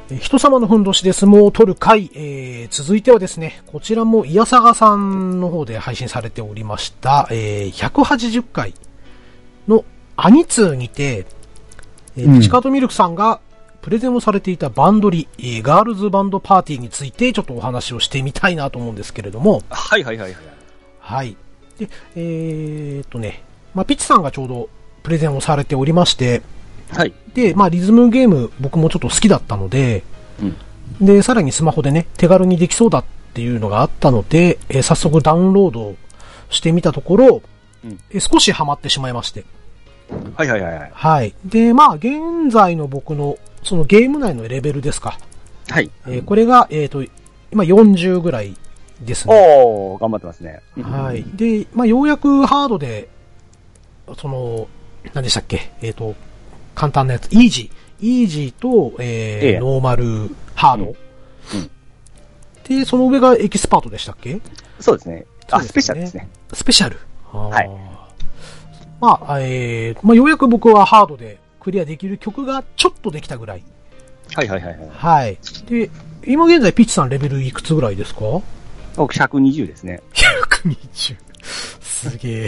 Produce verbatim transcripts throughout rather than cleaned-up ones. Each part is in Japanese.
人様のふんどしで相撲を取る会、えー、続いてはですね、こちらもイヤサガさんの方で配信されておりました、えー、ひゃくはちじゅっかいのアニツーにて、えー、ピチカートミルクさんがプレゼンをされていたバンドリ、えー、ガールズバンドパーティーについてちょっとお話をしてみたいなと思うんですけれども。 はいはいはいはい。 はい。で、えーっとね、まあ、ピッチさんがちょうどプレゼンをされておりまして、 はい。 で、まあ、リズムゲーム僕もちょっと好きだったので、うん、で、さらにスマホでね、手軽にできそうだっていうのがあったので、えー、早速ダウンロードしてみたところ、うん、えー、少しハマってしまいまして。 はいはいはいはい。 はい。で、まあ、現在の僕の、そのゲーム内のレベルですか。 はい。 えー、これが、えっと、今よんじゅうぐらいですね。 おー、頑張ってますね。 はい。で、まあ、ようやくハードで、その、何でしたっけ、えっと、簡単なやつ、イージー。イージーと、えーええ、ノーマル、ハード、うんうん。で、その上がエキスパートでしたっけ？ そうですね。あ、スペシャルですね。 スペシャル。 はい。 まあ、えー、まあ、ようやく僕はハードでクリアできる曲がちょっとできたぐらい。 はいはいはいはい。 はい。で、今現在ピッチさんレベルいくつぐらいですか？ 僕ひゃくにじゅうですね。 ひゃくにじゅう。すげえ。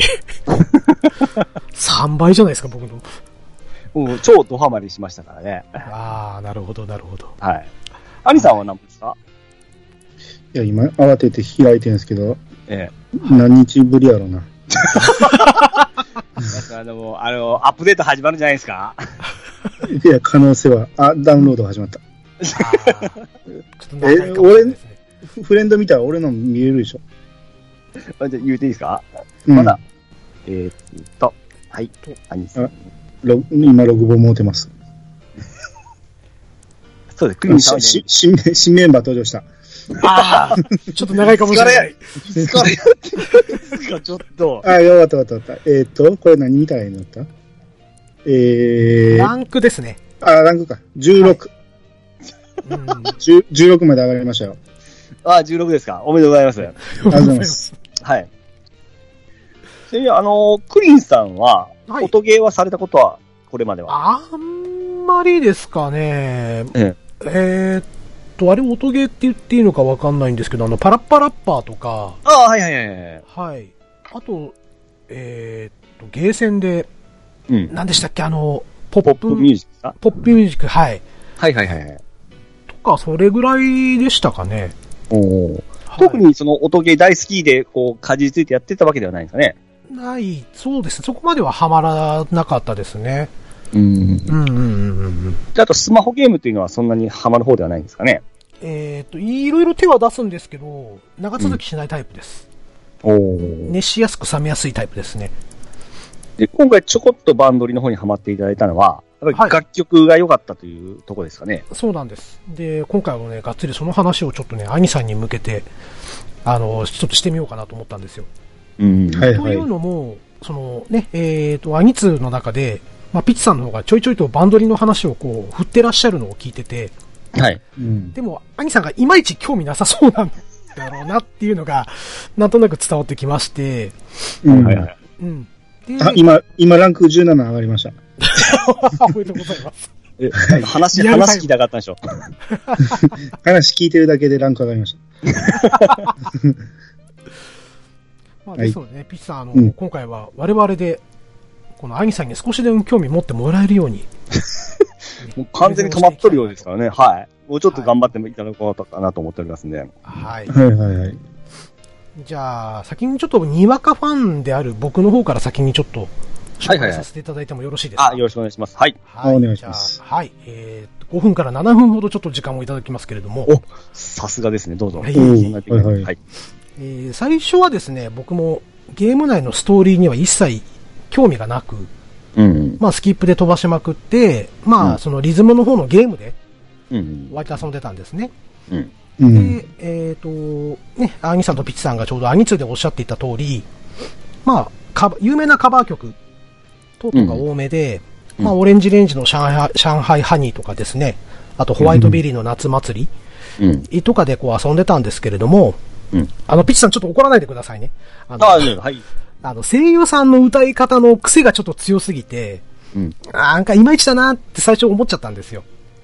さんばいじゃないですか、僕の。 もう超ドハマりしましたからね。 ああ、なるほど、なるほど。 はい。アニさんは何ですか？ いや、今、慌てて開いてるんですけど、 ええ、 何日ぶりやろうな。 あの、あの、アップデート始まるんじゃないですか？ いや、可能性は、あ、ダウンロード始まった。え、俺、フレンド見たら俺の見えるでしょ。 あ、じゃあ言うていいですか？ うん、 まだ。えー、っと、はい。アニさん。 ロ今、ログ本持てます。 そうです。クリーンさんし新新メンバー登場した。 ああ、ちょっと長いかもしれない。 疲れやってるか、ちょっと。 ああ、よかったよかった。えー、っと、これ何見たらいいのだった？えー。 ランクですね。 ああ、ランクか。じゅうろく。はい、うん、じゅうろくまで上がりましたよ。 ああ、じゅうろくですか。おめでとうございます。ありがとうございます。 はい。ちなみに、あの、クリンさんは、はい、音ゲーはされたことは、これまではあんまりですかね。えええー、っと、あれ音ゲーって言っていいのかわかんないんですけど、あの、パラッパラッパーとか。 ああ、はいはいはいはい。 はい。あと、えー、っと、ゲーセンで、うん。何でしたっけ、あの、ポップ、 ポップミュージックかポップミュージック、はい。 はいはいはい。 とか、それぐらいでしたかね。 おお、はい。特にその音ゲー大好きで、こう、かじりついてやってたわけではないんですかね。 ない、そうですね。そこまではハマらなかったですね。 うん。うんうんうんうん。 じゃあ、あとスマホゲームっていうのはそんなにハマる方ではないんですかね。 えっと、いろいろ手は出すんですけど、長続きしないタイプです。 うん、お熱しやすく冷めやすいタイプですね。 で、今回ちょこっとバンドリの方にハマっていただいたのは、やっぱり楽曲が良かったというところですかね、 はい。そうなんです。で、今回はね、がっつりその話をちょっとね、兄さんに向けて、あの、ちょっとしてみようかなと思ったんですよ。 うん。 はいはい。というのも、そのね、えっと、アニツーの中で、まあ、ピッチさんの方がちょいちょいとバンドリの話をこう、振ってらっしゃるのを聞いてて、 はい。 うん、でも、兄さんがいまいち興味なさそうなんだろうなっていうのが、なんとなく伝わってきまして、 うん。はいはい。 うん。 あ、今、今ランクじゅうなな上がりました。 おめでとうございます。 え、話、話聞きたかったんでしょ。 話聞いてるだけでランク上がりました。 まあ、ですのでね、はい、ピッチさん、あの、うん、今回は我々で、この兄さんに少しでも興味持ってもらえるように。 もう完全に止まっとるようですからね。はい。もうちょっと頑張っていただこうかなと思っておりますんで。はい。 はいはいはい。 じゃあ、先にちょっとにわかファンである僕の方から先にちょっと紹介させていただいてもよろしいですか？ はいはいはい、あ、よろしくお願いします。はい。 はい。お願いします。 はい。えー、ごふんからななふんほどちょっと時間をいただきますけれども。 お、さすがですね。どうぞ。 はい。 はいはい。はい、 えー、最初はですね、僕もゲーム内のストーリーには一切興味がなく、 うんうん、 まあスキップで飛ばしまくって、まあそのリズムの方のゲームで、割と遊んでたんですね。 うんうん、で、えっ、ー、と、ね、アニさんとピッチさんがちょうどアニツーでおっしゃっていた通り、まあ、有名なカバー曲等々が多めで、うん、まあオレンジレンジの上海、上海ハニーとかですね、あとホワイトベリーの夏祭り、うん、とかでこう遊んでたんですけれども、うん、あの、ピッチさんちょっと怒らないでくださいね。あの、 あ、はい。 あの、声優さんの歌い方の癖がちょっと強すぎて、うん、なんかいまいちだなって最初思っちゃったんですよ。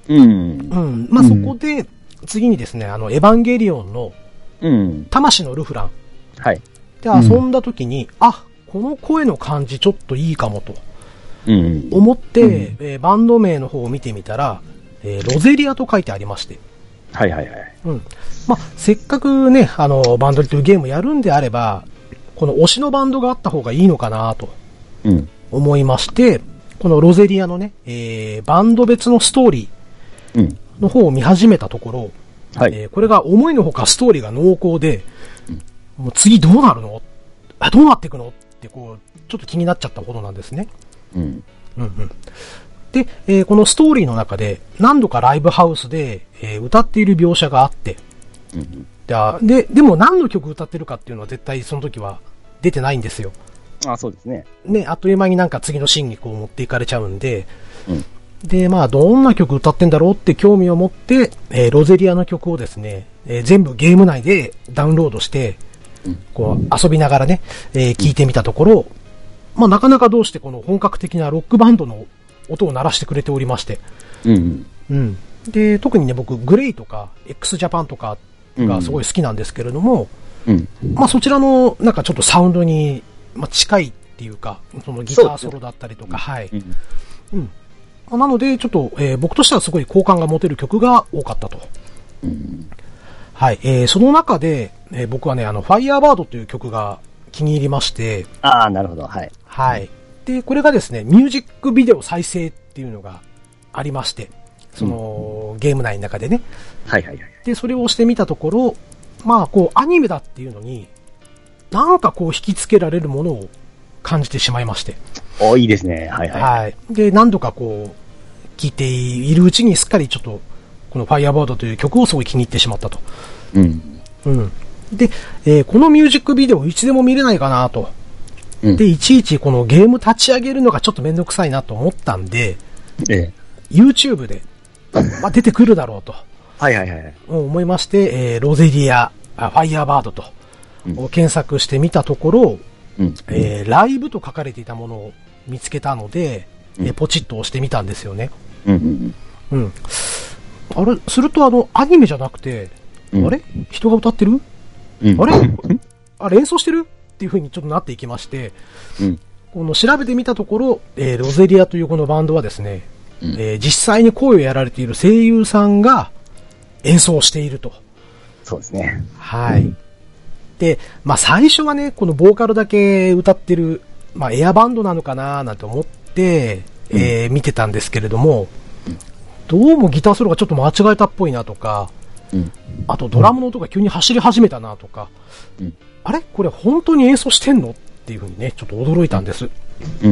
うん。 うん。まあ、そこで、次にですね、あの、エヴァンゲリオンの、 うん。 魂のルフラン。 はい。 で、遊んだ時に、うん、あ、この声の感じちょっといいかもと。 うん。 思って、 うん、 えー、バンド名の方を見てみたら、えー、ロゼリアと書いてありまして。 はいはいはい。 うん。まあ、せっかくね、あの、バンドリというゲームやるんであれば、この推しのバンドがあった方がいいのかなと。うん。思いまして、このロゼリアのね、えー、バンド別のストーリーの方を見始めたところ、はい、えー、これが思いのほかストーリーが濃厚で、うん、もう次どうなるの？あ、どうなっていくのってこう、ちょっと気になっちゃったほどなんですね。うん。うんうん。で、えー、このストーリーの中で何度かライブハウスで、えー、歌っている描写があって、うん、で、でも何の曲歌ってるかっていうのは絶対その時は出てないんですよ。 あ、そうですね。 ね、あっという間になんか次のシーンにこう持っていかれちゃうんで、うん、で、まあ、どんな曲歌ってんだろうって興味を持って、えー、ロゼリアの曲をですね、えー、全部ゲーム内でダウンロードして、うん、こう遊びながらね、えー、聞いてみたところ、うん、まあ、なかなかどうしてこの本格的なロックバンドの音を鳴らしてくれておりまして、うん、うん。で、特にね、僕、グレイとか、x ジャパンとかがすごい好きなんですけれども、うん、まあ、そちらの、なんかちょっとサウンドに、まあ、近いっていうか、そのギターソロだったりとか、はい。うん。うん、なので、ちょっと、えー、僕としてはすごい好感が持てる曲が多かったと。うん、はい。えー、その中で、えー、僕はね、あの、ファイヤーバードという曲が気に入りまして。 ああ、なるほど。はい。 はい。で、これがですね、ミュージックビデオ再生っていうのがありまして、その、うん、ゲーム内の中でね。 はいはいはい。 で、それを押してみたところ、まあ、こう、アニメだっていうのに、なんかこう、引きつけられるものを感じてしまいまして。 お、いいですね。はいはい。 はい。で、何度かこう、聴いているうちにすっかりちょっと、このファイアバードという曲をすごい気に入ってしまったと。うん。うん。で、えー、このミュージックビデオいつでも見れないかなと。うん、で、いちいちこのゲーム立ち上げるのがちょっとめんどくさいなと思ったんで、ええ、YouTube で、まあ、出てくるだろうと。 はいはいはい。 思いまして、えー、ロゼリア、ファイアバードと、うん、検索してみたところ、うんえー、ライブと書かれていたものを見つけたので、うんえー、ポチッと押してみたんですよね。うん。うん。あれ、するとあの、アニメじゃなくて、うん、あれ人が歌ってる、うん、あれあれ演奏してるっていう風にちょっとなっていきまして、うん、この調べてみたところ、えー、ロゼリアというこのバンドはですね、うんえー、実際に声をやられている声優さんが演奏していると。 そうですね。 はい。で、まあ最初はね、このボーカルだけ歌ってる、まあエアバンドなのかななんて思って、うん、えー、見てたんですけれども、うん、どうもギターソロがちょっと間違えたっぽいなとか、うん、あとドラムの音が急に走り始めたなとか、うん、あれこれ本当に演奏してんのっていう風にね、ちょっと驚いたんです。うん、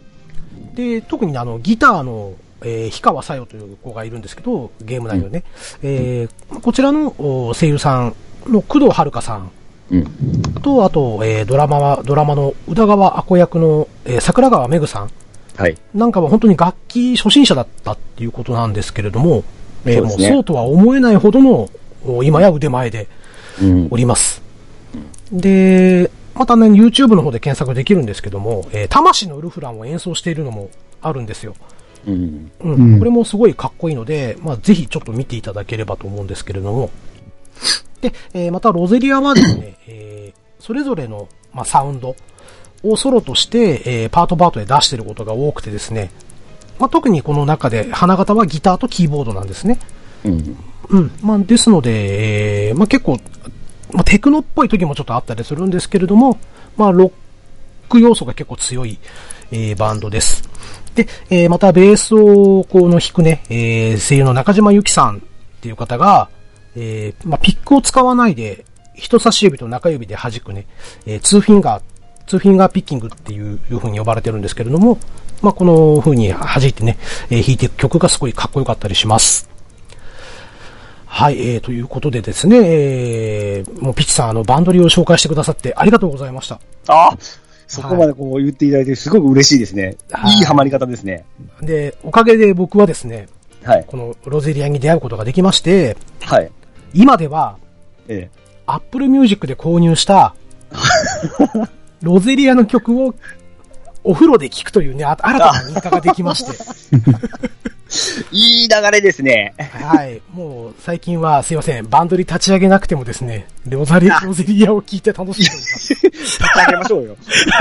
で、特にあのギターの、えー、氷川さよという子がいるんですけど、ゲーム内のね、うん、えー、こちらの声優さんの工藤遥さん、うん、と、あと、えー、ドラマは、ドラマの宇田川あこ役の、えー、桜川めぐさん、はい、なんかは本当に楽器初心者だったっていうことなんですけれども、えーそうですね、もうそうとは思えないほどの今や腕前でおります。うん、で、またね、YouTube の方で検索できるんですけども、えー、魂のルフランを演奏しているのもあるんですよ。うんうん、これもすごいかっこいいので、まあ、ぜひちょっと見ていただければと思うんですけれども。で、えー、またロゼリアはですね、えー、それぞれの、まあ、サウンドをソロとして、えー、パートパートで出していることが多くてですね、まあ、特にこの中で花形はギターとキーボードなんですね。うん。うん。まあ、ですので、えー、まあ、結構、まあ、テクノっぽい時もちょっとあったりするんですけれども、まあ、ロック要素が結構強い、えー、バンドです。で、えー、またベースをこの弾くね、えー、声優の中島由紀さんっていう方が、えー、まあ、ピックを使わないで、人差し指と中指で弾くね、えー、ツーフィンガー、ツーフィンガーピッキングっていう風に呼ばれてるんですけれども、まあ、この風に弾いてね、えー、弾いていく曲がすごいかっこよかったりします。はい、えー、ということでですね、えー、もうピチさん、あの、バンドリを紹介してくださってありがとうございました。 あそこまでこう言っていただいてすごく嬉しいですね。はい、いいハマり方ですね。 で、おかげで僕はですね、はい、このロゼリアに出会うことができまして、はい、今では、ええ、Apple Music で購入したロゼリアの曲をお風呂で聴くというね、新たな日課ができまして。 いい流れですね。 はい。もう、最近は、すいません。バンドリ立ち上げなくてもですね、ロザリ、ロゼリアを聞いて楽しんでおります。 立ち上げましょうよ。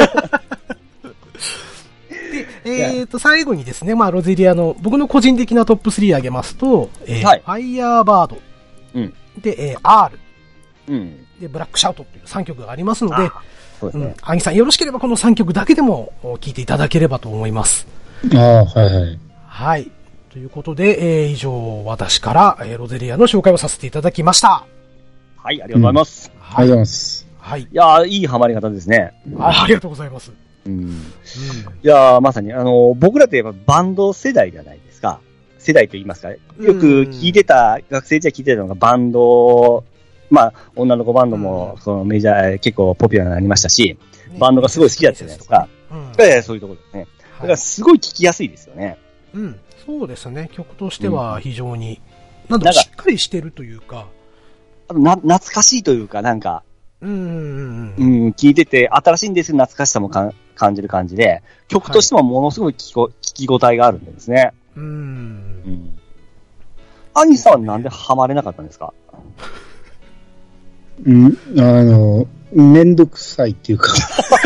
で、えっと、最後にですね、まあ、ロゼリアの、僕の個人的なトップスリー挙げますと、えーはい、ファイヤーバード。 うん。 で、えー、R。 うん。 で、ブラックシャウトっていうさんきょくがありますので、 そうですね。 アニさん、よろしければこのさんきょくだけでも聴いていただければと思います。 ああ、はいはい。 はい。ということで、えー、以上、私から、えー、ロゼリアの紹介をさせていただきました。 はい、ありがとうございます。 うん、 はい、ありがとうございます。 はい。 いやー、いいハマり方ですね。 あ、ありがとうございます。 うん。うん、いやー、まさに、あのー、僕らといえばバンド世代じゃないですか。世代と言いますか。よく聴いてた、学生時代聴いてたのがバンド、まあ、女の子バンドも、そのメジャー、結構ポピュラーになりましたし、ね、バンドがすごい好きだったじゃないですか。うん、ええ、そういうところですね。だからすごい聴きやすいですよね。 うん。そうですね。曲としては非常に、うん、なんだろう、しっかりしてるというか。 あとな、懐かしいというか、なんか、 うんうんうん。うん、聴いてて、新しいんですけど、懐かしさもか感じる感じで、曲としてもものすごい聞こ、はい、聞き応えがあるんですね。 うん。うん。 アニさんはなんでハマれなかったんですか？ うん、あの、めんどくさいっていうか。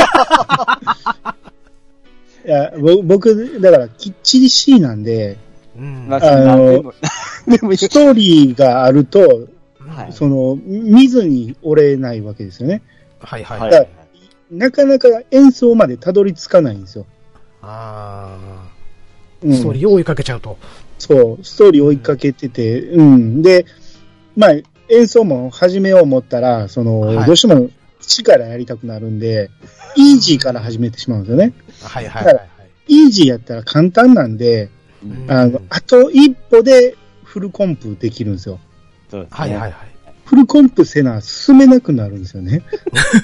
いや、僕、だから、きっちり C なんで、 うん、 あの、ストーリーがあると、はい、その、見ずに折れないわけですよね。 はいはいはい。 だなかなか演奏までたどり着かないんですよ。 ああ、うん。ストーリーを追いかけちゃうと。 そう、ストーリー追いかけてて、うん、うん。で、まあ、演奏も始めよう思ったら、その、はい、どうしても一からやりたくなるんで、イージーから始めてしまうんですよね。 はいはいはい、はい。 イージーやったら簡単なんで、うん、あの、あと一歩でフルコンプできるんですよ。 そうですね。 はいはいはい。 フルコンプせな進めなくなるんですよね。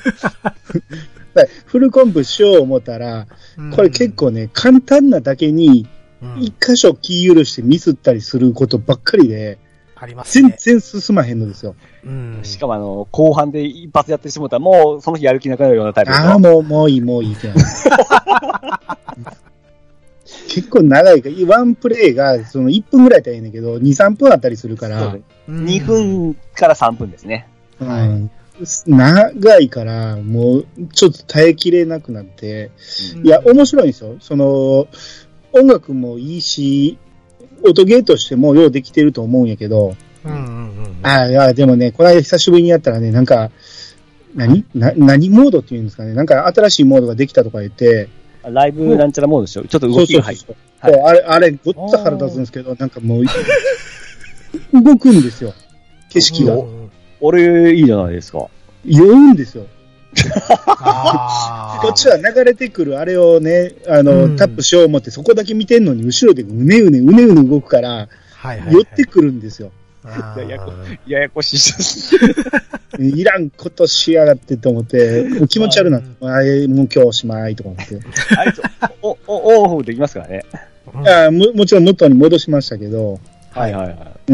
フルコンプしよう思ったら、これ結構ね、簡単なだけに、一箇所気許してミスったりすることばっかりで、 ありますね。 全然進まへんのですよ。 うん、しかもあの、後半で一発やってしまったら、もうその日やる気なくなるようなタイプですよ。 ああ、もう、もういい、もういいって結構長いから、ワンプレイがそのいっぷんぐらいやったらいいんだけど、に、さんぷんあったりするから。 にふんからさんぷんですね。 うん。はい、長いから、もう、ちょっと耐えきれなくなって。うん、いや、面白いんですよ。その、音楽もいいし、音ゲーとしてもようできてると思うんやけど。 うんうんうん。 ああ、いや、でもね、この間久しぶりにやったらね、なんか、何な、何モードっていうんですかね。なんか新しいモードができたとか言って。 ライブなんちゃらモードでしょ。ちょっと動きが入って。 そうそうそう、はい、あれ、あれ、ごっつ腹立つんですけど、なんかもう、動くんですよ。景色が。 俺、いいじゃないですか。 酔うんですよ。 あこっちは流れてくるあれをね、あの、うん、タップしよう思ってそこだけ見てんのに、後ろでうねうね、うねうね動くから、はいはいはい、寄ってくるんですよ。 ややこ、ややこしいですいらんことしやがってと思って、気持ち悪いな。あれ、もう今日おしまいとか思って。 あれ、お、お、オフできますからね。 あも、もちろん元に戻しましたけど。 はいはいはい。 うん。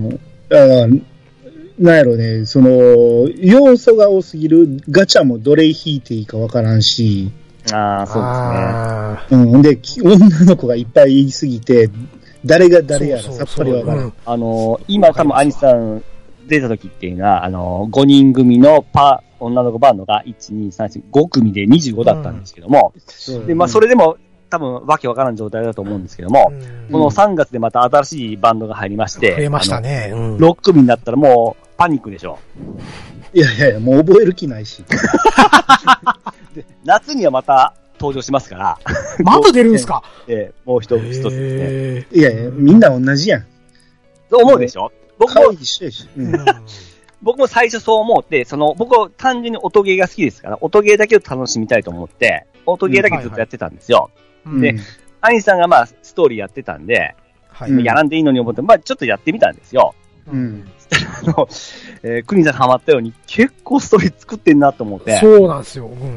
だから、なんやろね、その、要素が多すぎる、ガチャもどれ引いていいかわからんし。 ああ、そうですね。 うん。で、女の子がいっぱい言いすぎて、誰が誰やらさっぱりわからん。 あのー、今多分アニさん出た時っていうのは、あのー、ごにん組のパ、女の子バンドがいち、に、さん、よん、ご組でにじゅうごだったんですけども、うん、で、まあそれでも多分わけわからん状態だと思うんですけども、うん、このさんがつでまた新しいバンドが入りまして、 増えましたね。うん、 ろく組になったらもうパニックでしょ。 いやいやいや、もう覚える気ないし。 で夏にはまた、登場しますから。 まだ出るんですか？ ええ、もう一つですね。 いやいや、みんな同じやん。 そう思うでしょ？僕も、 うん、 僕も最初そう思って、その、僕は単純に音ゲーが好きですから、音ゲーだけを楽しみたいと思って、音ゲーだけずっとやってたんですよ。うんはいはい、で、アニさんがまあ、ストーリーやってたんで、はい、やらんでいいのに思って、まあ、ちょっとやってみたんですよ。 うん。 あの、えー、クニさんハマったように、結構ストーリー作ってんなと思って。 そうなんですよ。うんうん。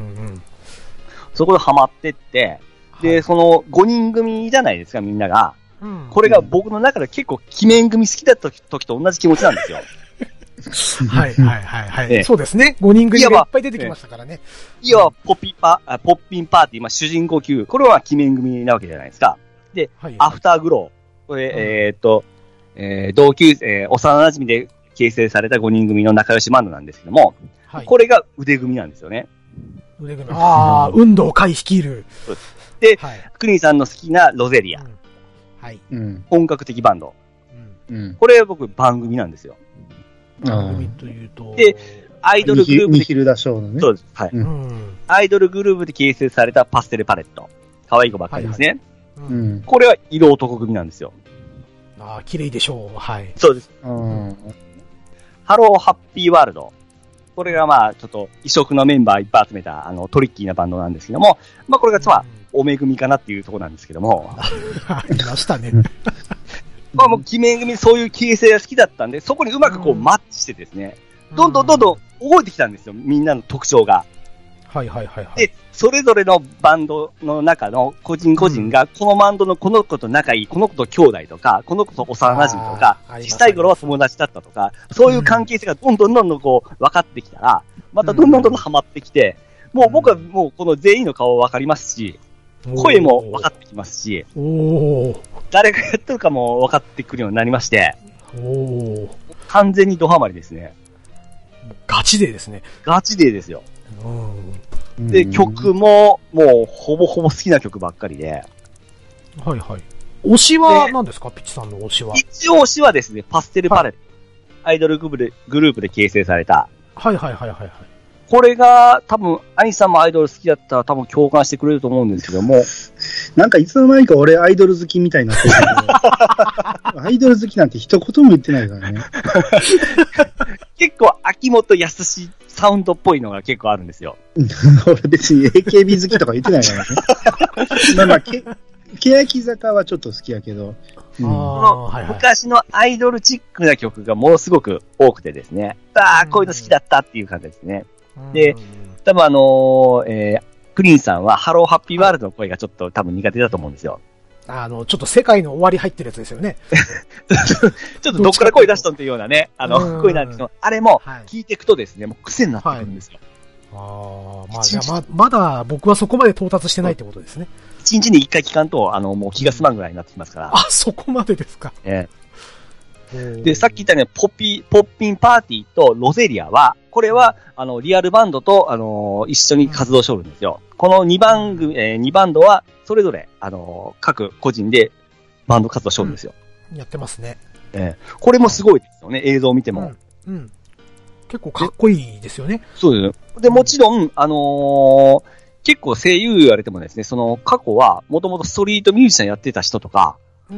そこでハマってって、で、はい、そのごにん組じゃないですか、みんなが。うん、これが僕の中で結構、鬼面組好きだった時と同じ気持ちなんですよ。 はいはいはいはい、ね。そうですね。ごにん組がいっぱい出てきましたからね。 いわば、ポッピパ、ポッピンパーティー、まあ、主人公級。これは鬼面組なわけじゃないですか。で、はい、アフターグロー。 これ、うん、えー、っと、えー、同級生、えー、幼馴染で形成されたごにん組の仲良しバンドなんですけども、はい、これが腕組なんですよね。 腕組。ああ、運動会率いる。 で、はい、クリンさんの好きなロゼリア。うん、 はい。 本格的バンド。 うん、 これ僕番組なんですよ。 番組というと。 で、アイドルグループで。 ニヒルダショーのね。 そうです。はい、うん。アイドルグループで形成されたパステルパレット。可愛い子ばっかりですね。はいはい、うん、これは色男組なんですよ。 ああ、綺麗でしょう。はい。 そうです。うん、ハローハッピーワールド。これがまあ、ちょっと異色のメンバーいっぱい集めた、あの、トリッキーなバンドなんですけども、まあこれがまあ、おめ組かなっていうところなんですけども。 ありましたね。 まあもう、鬼面組そういう形成が好きだったんで、そこにうまくこうマッチしてですね、どんどんどんどん覚えてきたんですよ、みんなの特徴が。 はいはいはいはい。 で、それぞれのバンドの中の個人個人が、このバンドのこの子と仲いい、この子と兄弟とか、この子と幼馴染とか、小さい頃は友達だったとか、そういう関係性がどんどんどんどんこう分かってきたら、またどんどんどんどんハマってきて、もう僕はもうこの全員の顔分かりますし、声も分かってきますし、誰がやってるかも分かってくるようになりまして、完全にドハマりですね。 ガチ勢ですね。 ガチ勢ですよ。で、曲も、もう、ほぼほぼ好きな曲ばっかりで。 はいはい。推しは何ですか、ピッチさんの推しは。 一応推しはですね、パステルパレット。はい、アイドルグループで、グループで形成された。 はいはいはいはいはい。 これが、多分、アニさんもアイドル好きだったら多分共感してくれると思うんですけども。 なんかいつの間にか俺アイドル好きみたいになってるけど、アイドル好きなんて一言も言ってないからね。 結構、秋元康サウンドっぽいのが結構あるんですよ。 俺別に エーケービー 好きとか言ってないからね。まあまあ、け、欅坂はちょっと好きやけど。 うん、のはいはい、昔のアイドルチックな曲がものすごく多くてですね。ああ、こういうの好きだったっていう感じですね。で、多分あのー、えー、クリーンさんはハローハッピーワールドの声がちょっと多分苦手だと思うんですよ。 あの、ちょっと世界の終わり入ってるやつですよね。 ちょっとどっから声出しとんっていうようなね、あの、声なんですけど、あれも聞いていくとですね、もう癖になってくるんですよ。 はい、ああ、まあじゃあま、まだ僕はそこまで到達してないってことですね。 一日に一回聞かんと、あの、もう気が済まんぐらいになってきますから。 あ、そこまでですか。 ええ。で、さっき言ったね、ポッピー、ポッピンパーティーとロゼリアは、これは、あの、リアルバンドと、あの、一緒に活動しおるんですよ。このにバン組、えー、にバンドは、それぞれ、あの、各個人でバンド活動しおるんですよ。 うん、やってますね。 ええ。これもすごいですよね、映像を見ても。 うん。うん、結構かっこいいですよね。 そうです。で、もちろん、あのー、結構声優言われてもですね、その過去は、もともとストリートミュージシャンやってた人とか、うん、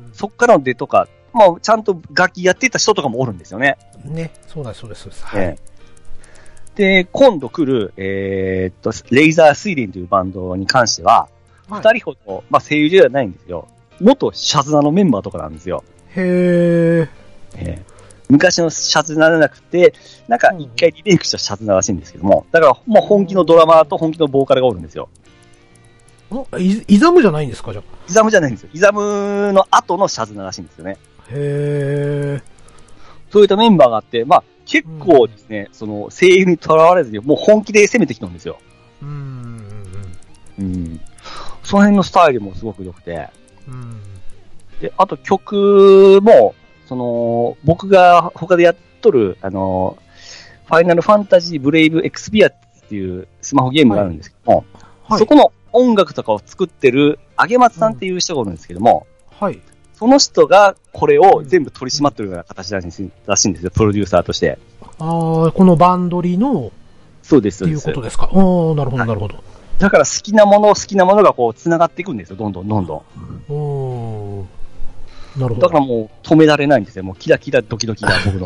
そっからの出とか、まあ、ちゃんと楽器やってた人とかもおるんですよね。 ね、そうだそうです、そうです。はい。 えー、で、今度来る、えー、っと、レイザー睡蓮というバンドに関しては、二、はい、人ほど、まあ声優ではないんですよ。元シャズナのメンバーとかなんですよ。 へー。 えー昔のシャズナじゃなくて、なんか一回リメイクしたシャズナらしいんですけども、だからもう本気のドラマーと本気のボーカルがおるんですよ。 イ, イザムじゃないんですかじゃあ。 イザムじゃないんですよ。イザムの後のシャズナらしいんですよね。 へー。 そういったメンバーがあって、まあ結構ですね、うん、その声優にとらわれずに、もう本気で攻めてきたんですよ。 うーん。 うん。その辺のスタイルもすごく良くて。うん。で、あと曲も、その、僕が他でやっとる、あの、ファイナルファンタジーブレイブエクスピアっていうスマホゲームがあるんですけども、はいはい、そこの音楽とかを作ってる、あげまつさんっていう人がおるんですけども、 うん、はい。 その人がこれを全部取り締まってるような形らしいんですよ、プロデューサーとして。 ああ、このバンドリの、 そうです、そうです。 っていうことですか。ああ、なるほど、なるほど。 だから好きなもの、好きなものがこう、繋がっていくんですよ、どんどんどんどん。 おー。なるほど。 だからもう止められないんですよ。もうキラキラドキドキが僕の。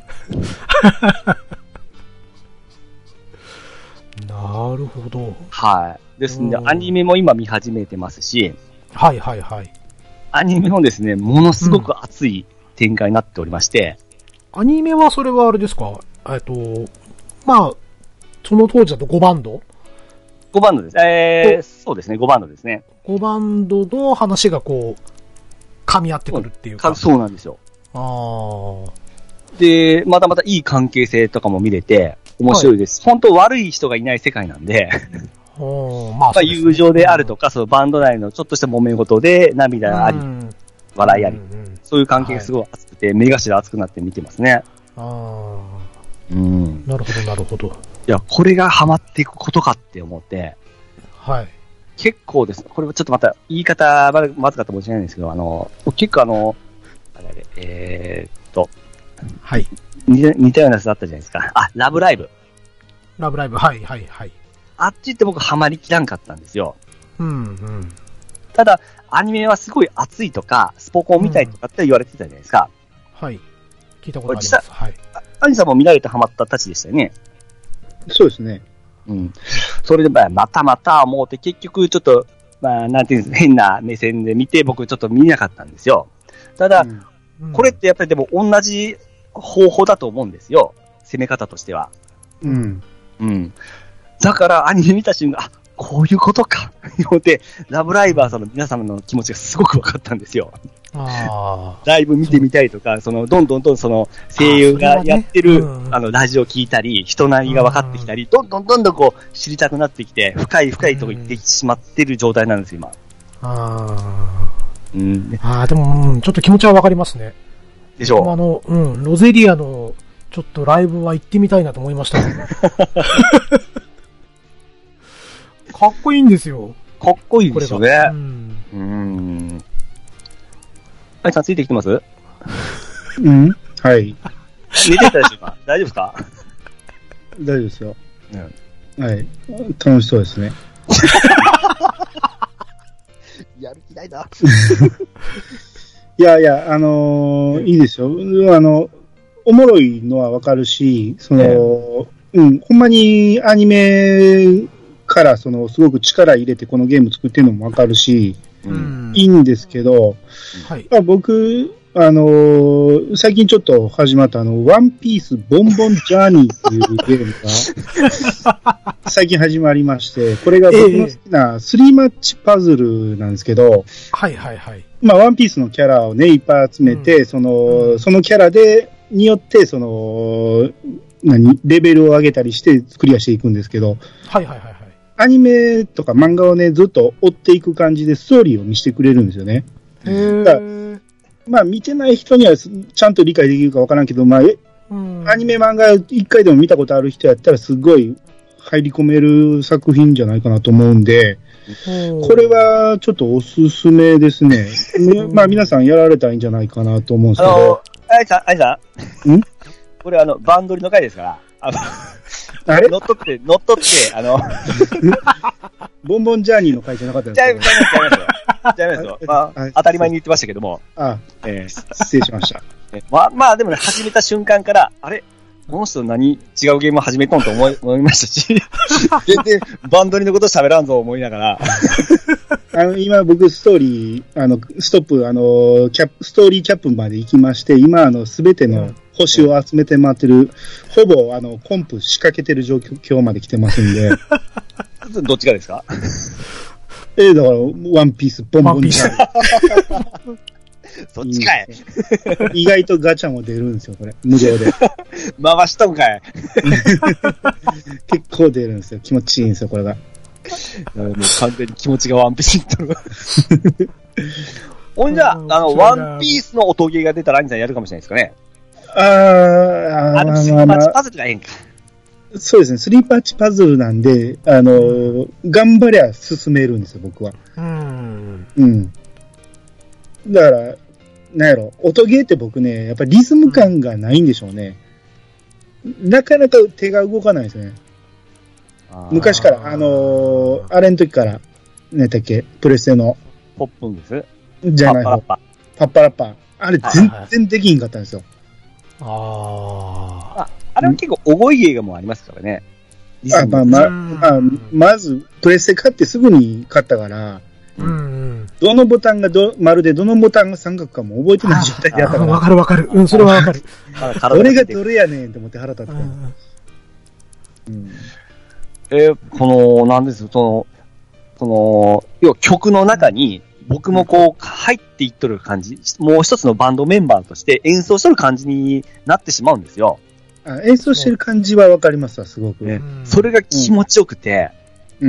なるほど。 はい。ですんで、アニメも今見始めてますし、 はいはいはい。 アニメもですね、ものすごく熱い展開になっておりまして。 うん、アニメはそれはあれですか？えっと、まあ、その当時だとごバンド ? ご バンドです。えー、そうですね、ごバンドですね。 ごバンドの話がこう、噛み合ってくるっていうか。 そうなんですよ。 ああ。 で、またまたいい関係性とかも見れて、面白いです。はい、本当悪い人がいない世界なんで、 まあ、 まあ友情であるとか、うん、そのバンド内のちょっとした揉め事で涙があり、うん、 笑いあり。うんうん、そういう関係がすごい熱くて、はい、目頭熱くなって見てますね。 ああ。 うん。 なるほど、なるほど。 いや、これがハマっていくことかって思って、 はい。 結構です。これはちょっとまた言い方まずかったかもしれないんですけど、あの、結構あの、あれあれ、えー、っと、 はい。 似た、似たようなやつあったじゃないですか。あ、ラブライブ。 ラブライブ、はい、はい、はい。 あっちって僕ハマりきらんかったんですよ。 うん、うん。 ただ、アニメはすごい熱いとか、スポコン見たいとかって言われてたじゃないですか。 うん、はい。聞いたことあります。はい。 アニさんも見られてハマったたちでしたよね。 そうですね。 うん。それで、まあ、またまた思うて、結局ちょっと、まあ、なんていうんですか、変な目線で見て、僕ちょっと見なかったんですよ。ただ、うん、これってやっぱりでも同じ方法だと思うんですよ。攻め方としては。 うん。 うん。だから、アニメ見た瞬間、あ、こういうことか。思って、ラブライバーさんの皆様の気持ちがすごく分かったんですよ。 ああ。 ライブ見てみたいとか、その、どんどんどんその、声優がやってる、あ、ねうん、あの、ラジオ聞いたり、人なりが分かってきたり、どんどんどんどんこう、知りたくなってきて、深い深いとこ行ってしまってる状態なんです、今。 ああ。 うん。 ああ、でも、うん、ちょっと気持ちは分かりますね。 でしょう。 あの、うん、ロゼリアの、ちょっとライブは行ってみたいなと思いました、ね。かっこいいんですよ。 かっこいいですよね。 うん。 うーん。あいさんついてきてます？ うん。はい。 寝てたでしょ今。大丈夫ですか？ 大丈夫ですよ。 うん。 はい。楽しそうですね。 やる気ないな。 いやいや、あのー、いいですよ。あの、おもろいのはわかるし、その、えー、うん、ほんまにアニメからそのすごく力入れてこのゲーム作ってるのもわかるし、うん、いいんですけど、はい、僕、あのー、最近ちょっと始まったあの、ワンピースボンボンジャーニーっていうゲームが最近始まりまして、これが僕の好きなスリーマッチパズルなんですけど、 はいはいはい。 まあ、ワンピースのキャラをね、いっぱい集めて、うん、その、うん、そのキャラで、によって、その、何、レベルを上げたりしてクリアしていくんですけど、 はいはいはいはい。 アニメとか漫画をね、ずっと追っていく感じでストーリーを見せてくれるんですよね。 へー。 まあ、見てない人にはちゃんと理解できるかわからんけど、まあ、うん、アニメ漫画一回でも見たことある人やったらすごい入り込める作品じゃないかなと思うんで、これはちょっとおすすめですね。まあ、皆さんやられたらいいんじゃないかなと思うんですけど。 あの、あいさん、あいさんんこれあの、バンドリの回ですから、あの、あれ乗っ取って、乗っ取って、あの、 ボンボンジャーニーの回じゃなかったんですか？ じゃあ、じゃあ、じゃあ、じゃあ、じゃあ、じゃあ、まあ、当たり前に言ってましたけども。 ああ、えー、失礼しました。 まあ、まあ、でもね、始めた瞬間から、あれこの人何違うゲームを始めとんと思い、思いましたし、全然バンドリのこと喋らんぞ思いながら。 あの、今僕ストーリー、あの、ストップ、あの、キャップ、ストーリーキャップまで行きまして、今あの、すべての星を集めて回ってる、ほぼあの、コンプ仕掛けてる状況まで来てますんで。 どっちがですか？ ええ、だから、ワンピース、ボンボンジャー。 そっちかい。 意外とガチャも出るんですよ、これ。無料で。 回しとんかい。 結構出るんですよ。気持ちいいんですよ、これが。 もう完全に気持ちがワンピースにとる。ほんじゃ、あの、ワンピースの音ゲーが出たらアニさんやるかもしれないですかね。 あー、 あの、スリーパッチパズルがええんか。 そうですね、スリーパッチパズルなんで、あの、うん、頑張りゃ進めるんですよ、僕は。 うん。 うん。だから、なんやろ、音ゲーって僕ね、やっぱりリズム感がないんでしょうね。うん、なかなか手が動かないですね。昔から、あのー、あれの時から、何だっけ、プレステの。 ポップンですじゃない方。 パッパラッパ。 パッパラッパ。あれ全然できんかったんですよ。 ああ。あれは結構、おごいゲーがもうありますからね。 あ、まあまあ、まあ、まず、プレステ買ってすぐに買ったから、 うんうん、 どのボタンがど、まるでどのボタンが三角かも覚えてない状態でやったから。 わかるわかる。うん、それはわかる。 どれがどれやねんって思って腹立って。うんうん、えー、この、なんです、その、その、要は曲の中に、僕もこう、入っていっとる感じ、もう一つのバンドメンバーとして演奏しとる感じになってしまうんですよ。 あ、演奏してる感じはわかりますわ、すごく。 ね、それが気持ちよくて、 うん。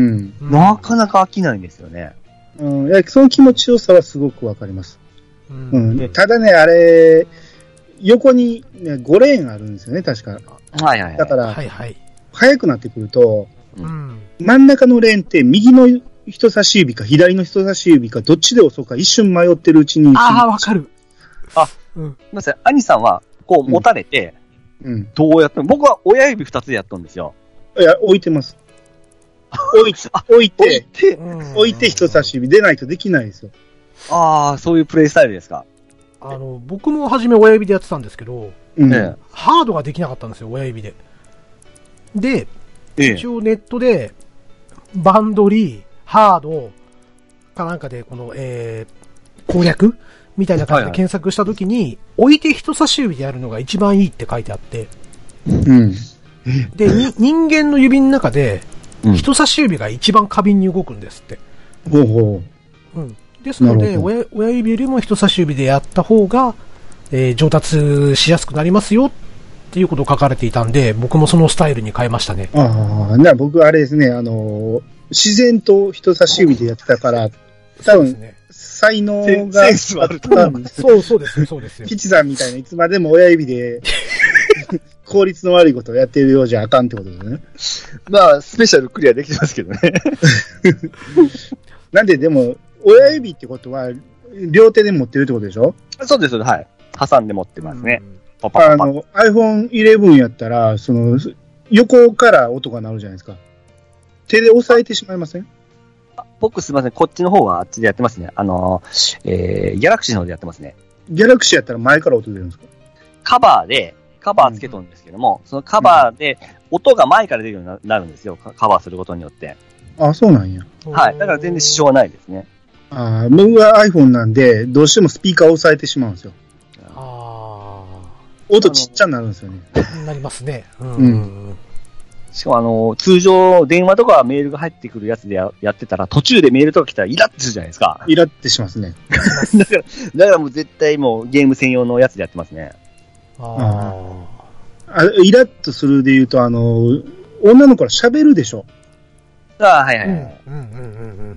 なかなか飽きないんですよね。 うん、いやその気持ちよさはすごくわかります。 うんうん、ただね、あれ、横に、ね、ごレーンあるんですよね、確か。 はいはいはい。 だから、 はいはい、 速くなってくると、 うん、 真ん中のレーンって右の人差し指か左の人差し指かどっちで押そうか一瞬迷ってるうちに。 ああ、わかる。 あ、うん。まさに、兄さんは、こう持たれて、うん。どうやって僕は親指二つでやったんですよ。 いや、置いてます。置いて、置いて、置いて、置いて人差し指出ないとできないですよ。 ああ、そういうプレイスタイルですか。 あの、僕も初め親指でやってたんですけど、うん、ハードができなかったんですよ、親指で。で、ええ、一応ネットで、バンドリー、ハードかなんかで、この、えー、攻略みたいな感じで検索したときに、はいはい、置いて人差し指でやるのが一番いいって書いてあって、うん、で、人間の指の中で、人差し指が一番過敏に動くんですって。 ほうほう。うん。ですので、親、親指よりも人差し指でやった方が、えー、上達しやすくなりますよっていうことを書かれていたんで、僕もそのスタイルに変えましたね。 ああ、な、僕あれですね、あのー、自然と人差し指でやってたから、多分、ね、才能がセンスはあると思うんですそう、そうですよ、そうですよ。 ピチさんみたいないつまでも親指で、効率の悪いことをやってるようじゃあかんってことですね。 まあ、スペシャルクリアできてますけどね。 なんで、でも、親指ってことは、両手で持ってるってことでしょ？ そうです、はい。挟んで持ってますね。 パパパパあの、アイフォンイレブン やったら、その、横から音が鳴るじゃないですか。手で押さえてしまいません？ 僕すみません、こっちの方はあっちでやってますね。あの、えー、ギャラクシーの方でやってますね。 ギャラクシーやったら前から音出るんですか？ カバーで、カバーつけとるんですけども、うん、そのカバーで音が前から出るようになるんですよ。カバーすることによって。 あ、そうなんや。 はい。だから全然支障はないですね。 ああ、僕は iPhone なんで、どうしてもスピーカーを押さえてしまうんですよ。ああ。音ちっちゃになるんですよね。 なりますね。うん。 うん、しかもあの、通常電話とかメールが入ってくるやつで や, やってたら、途中でメールとか来たらイラッとするじゃないですか。 イラッとしますね。 だから、だからもう絶対もうゲーム専用のやつでやってますね。 ああ。イラッとするで言うと、あの、女の子ら喋るでしょ。 ああ、はいはいはい。 うんうんうんうん。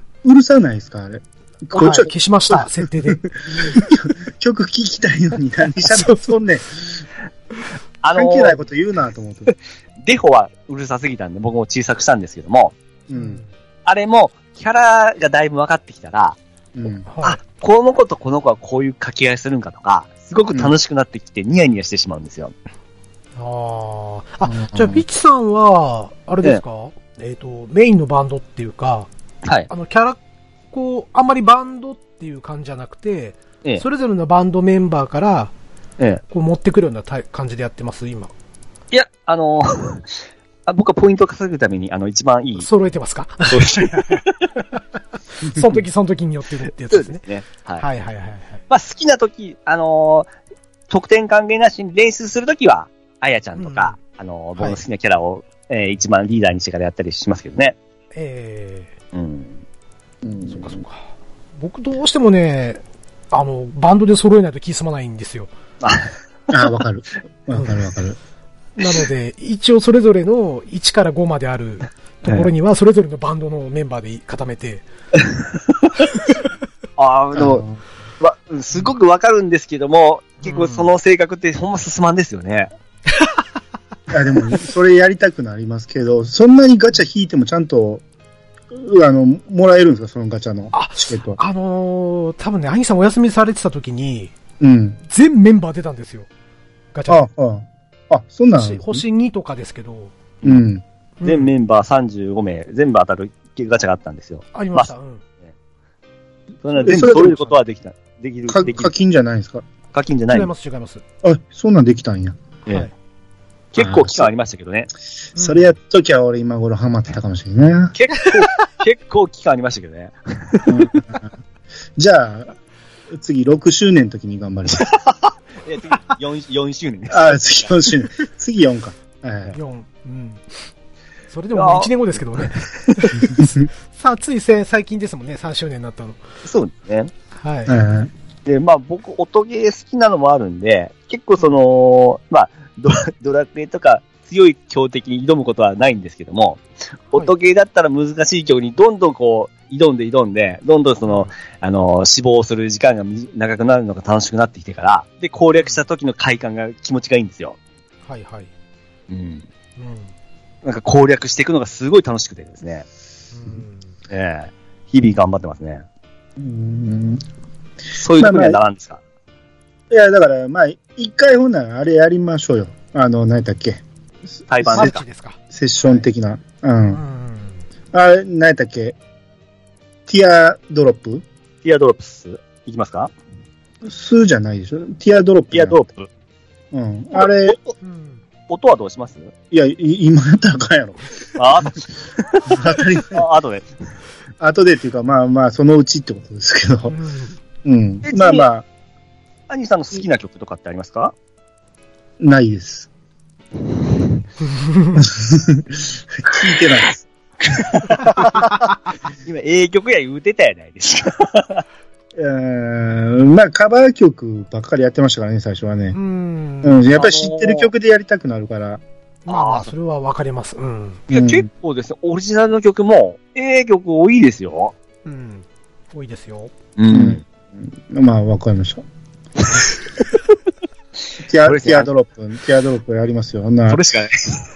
うるさないですか、あれ。 こっちは消しました、設定で。 曲聴きたいのに何喋っとんねん。あのー、関係ないこと言うなと思って。 デフォはうるさすぎたんで僕も小さくしたんですけども、うん、あれもキャラがだいぶ分かってきたら、うん、あ、この子とこの子はこういう掛け合いするんかとか、すごく楽しくなってきてニヤニヤしてしまうんですよ。 うん、ああ。じゃあピッチさんは、あれですか、えっ、ー、と、メインのバンドっていうか、はい。あの、キャラ、こう、あんまりバンドっていう感じじゃなくて、ええ、それぞれのバンドメンバーから、ええ、こう持ってくるような感じでやってます、今。 いや、あのー、あ僕はポイントを稼ぐために、あの、一番いい。 揃えてますか？そうですね。その時その時によってるってやつですね。そうですね。はい。はいはいはいはい。 まあ好きな時、あのー、得点関係なしに練習するときは、あやちゃんとか、うん、あのー、僕の好きなキャラを、はい、えー、一番リーダーにしてからやったりしますけどね。ええー。うん。 うん、そっかそっか。僕どうしてもね、あの、バンドで揃えないと気済まないんですよ。 ああ、わかる。わかるわかる。 なので、一応それぞれのいちからごまであるところには、それぞれのバンドのメンバーで固めて。 ああ、でも、ま、すごくわかるんですけども、結構その性格ってほんま進まんですよね。 いや、でも、それやりたくなりますけど、そんなにガチャ引いてもちゃんと、あの、もらえるんですか、そのガチャのチケットは。 あ、あのー、多分ね、兄さんお休みされてた時に、うん。全メンバー出たんですよ。ガチャ。あ、あ、 あ、そんなん、ね。 星にとかですけど。 うん。全メンバーさんじゅうごめい、全部当たるガチャがあったんですよ。 ありました。まあ、うん。 それ全部取れることはできた。できる。 か、課金じゃないですか？ 課金じゃない。 違います、違います。 あ、そんなんできたんや。 はい。結構期間ありましたけどね。 それやっときゃ俺今頃ハマってたかもしれないな。 結構、結構期間ありましたけどね。 じゃあ、次ろくしゅうねんの時に頑張ります。 いや次 4, よんしゅうねんです。 ああ、次よんしゅうねん。次よんか。 はい、よん。うん。それでももういちねんごですけどね。さあ、ついせ最近ですもんね、さんしゅうねんになったの。 そうですね。 はい。 で、まあ僕、音ゲー好きなのもあるんで、結構その、まあ、ド, ドラクエとか強い強敵に挑むことはないんですけども、はい、音ゲーだったら難しい曲にどんどんこう、 挑んで挑んで、どんどんその、あの、死亡する時間が長くなるのが楽しくなってきてから、で、攻略した時の快感が気持ちがいいんですよ。 はいはい。 うん。うん。 なんか攻略していくのがすごい楽しくてですね。うん。ええー、日々頑張ってますね。うん。そういうところにはならんですか、まあまあ、いや、だから、まあ、一回ほんならあれやりましょうよ。あの、何だっけ。 対バンですか。 セッション的な。はい、うん。あれ、何だっけ。ティアドロップティアドロップスいきますか？ スじゃないでしょ。ティアドロップ。 ティアドロップ。 うん。あれ、 音はどうします？ いや、今やったらあかんやろ。 あ、当たり前。あ、後で。 後でっていうか、まあまあ、そのうちってことですけど。うん。うん、まあまあ。 アニさんの好きな曲とかってありますか？ ないです。聞いてないです。 今、ええ曲や言うてたやないですか。 うーん、まあ、カバー曲ばっかりやってましたからね、最初はね。うん。うん、やっぱり知ってる曲でやりたくなるから。 まあ、それはわかります。うん。 いや、結構ですね、オリジナルの曲も、ええ曲多いですよ。 うん。多いですよ。 うん。うん、まあ、わかりました。ティア、ティアドロップ、ティアドロップやりますよ。 それしかない。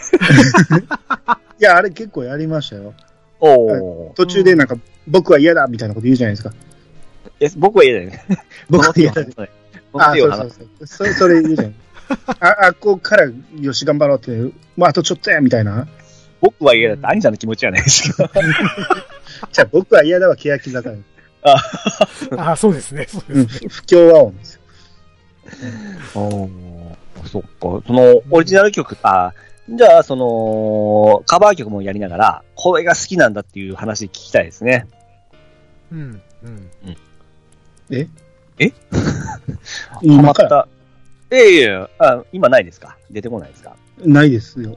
いや、あれ結構やりましたよ。 お途中でなんか、僕は嫌だみたいなこと言うじゃないですか。 え、僕は嫌だよね。 僕は嫌だよ。あ、そうそうそう。それ、それ言うじゃん。あ、あ、こうからよし頑張ろうって、もうあとちょっとやみたいな。 僕は嫌だって兄さんの気持ちじゃないですか。 じゃあ僕は嫌だは欅坂。 ああ、そうですね。そうですね。 不協和音ですよ。 おー、そっか。その、オリジナル曲、あ、じゃあ、その、カバー曲もやりながら、これが好きなんだっていう話聞きたいですね。 うん、うん。うん、 ええ今から。 ええいやあ、今ないですか？出てこないですか？ ないですよ。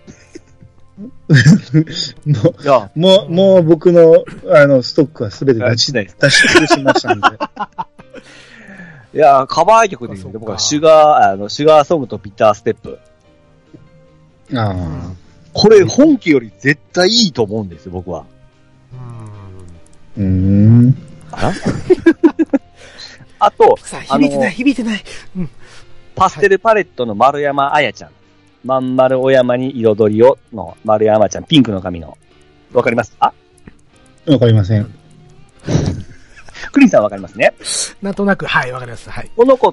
もう、もう、もう僕の、あの、ストックはすべて出し、出し尽くしましたんで。 いや、カバー曲で言うと僕はシュガー、あの、シュガーソングとビターステップ。 ああ。 これ本家より絶対いいと思うんですよ、僕は。 うーん。 ああと、 響いてない、響いてない。うん。 パステルパレットの丸山彩ちゃん。まん丸お山に彩りをの丸山ちゃん、ピンクの髪の。わかりますか？ わかりません。 クリンさんわかりますね。 なんとなく、はい、わかります。はい。 この子って、